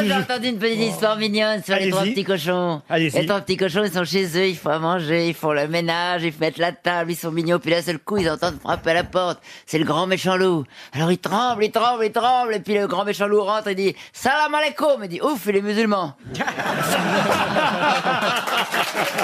j'ai entendu une petite histoire mignonne sur les trois Allez-y. petits cochons. Allez-y. Les trois petits cochons, ils sont chez eux, ils font à manger, ils font le ménage, ils mettent la table, ils sont mignons. Puis d'un seul coup, ils entendent frapper à la porte. C'est le grand méchant loup. Alors ils tremblent, ils tremblent, ils tremblent. Et puis le grand méchant loup rentre et dit « Salam alaikum !» Il dit « Ouf, il est musulman !»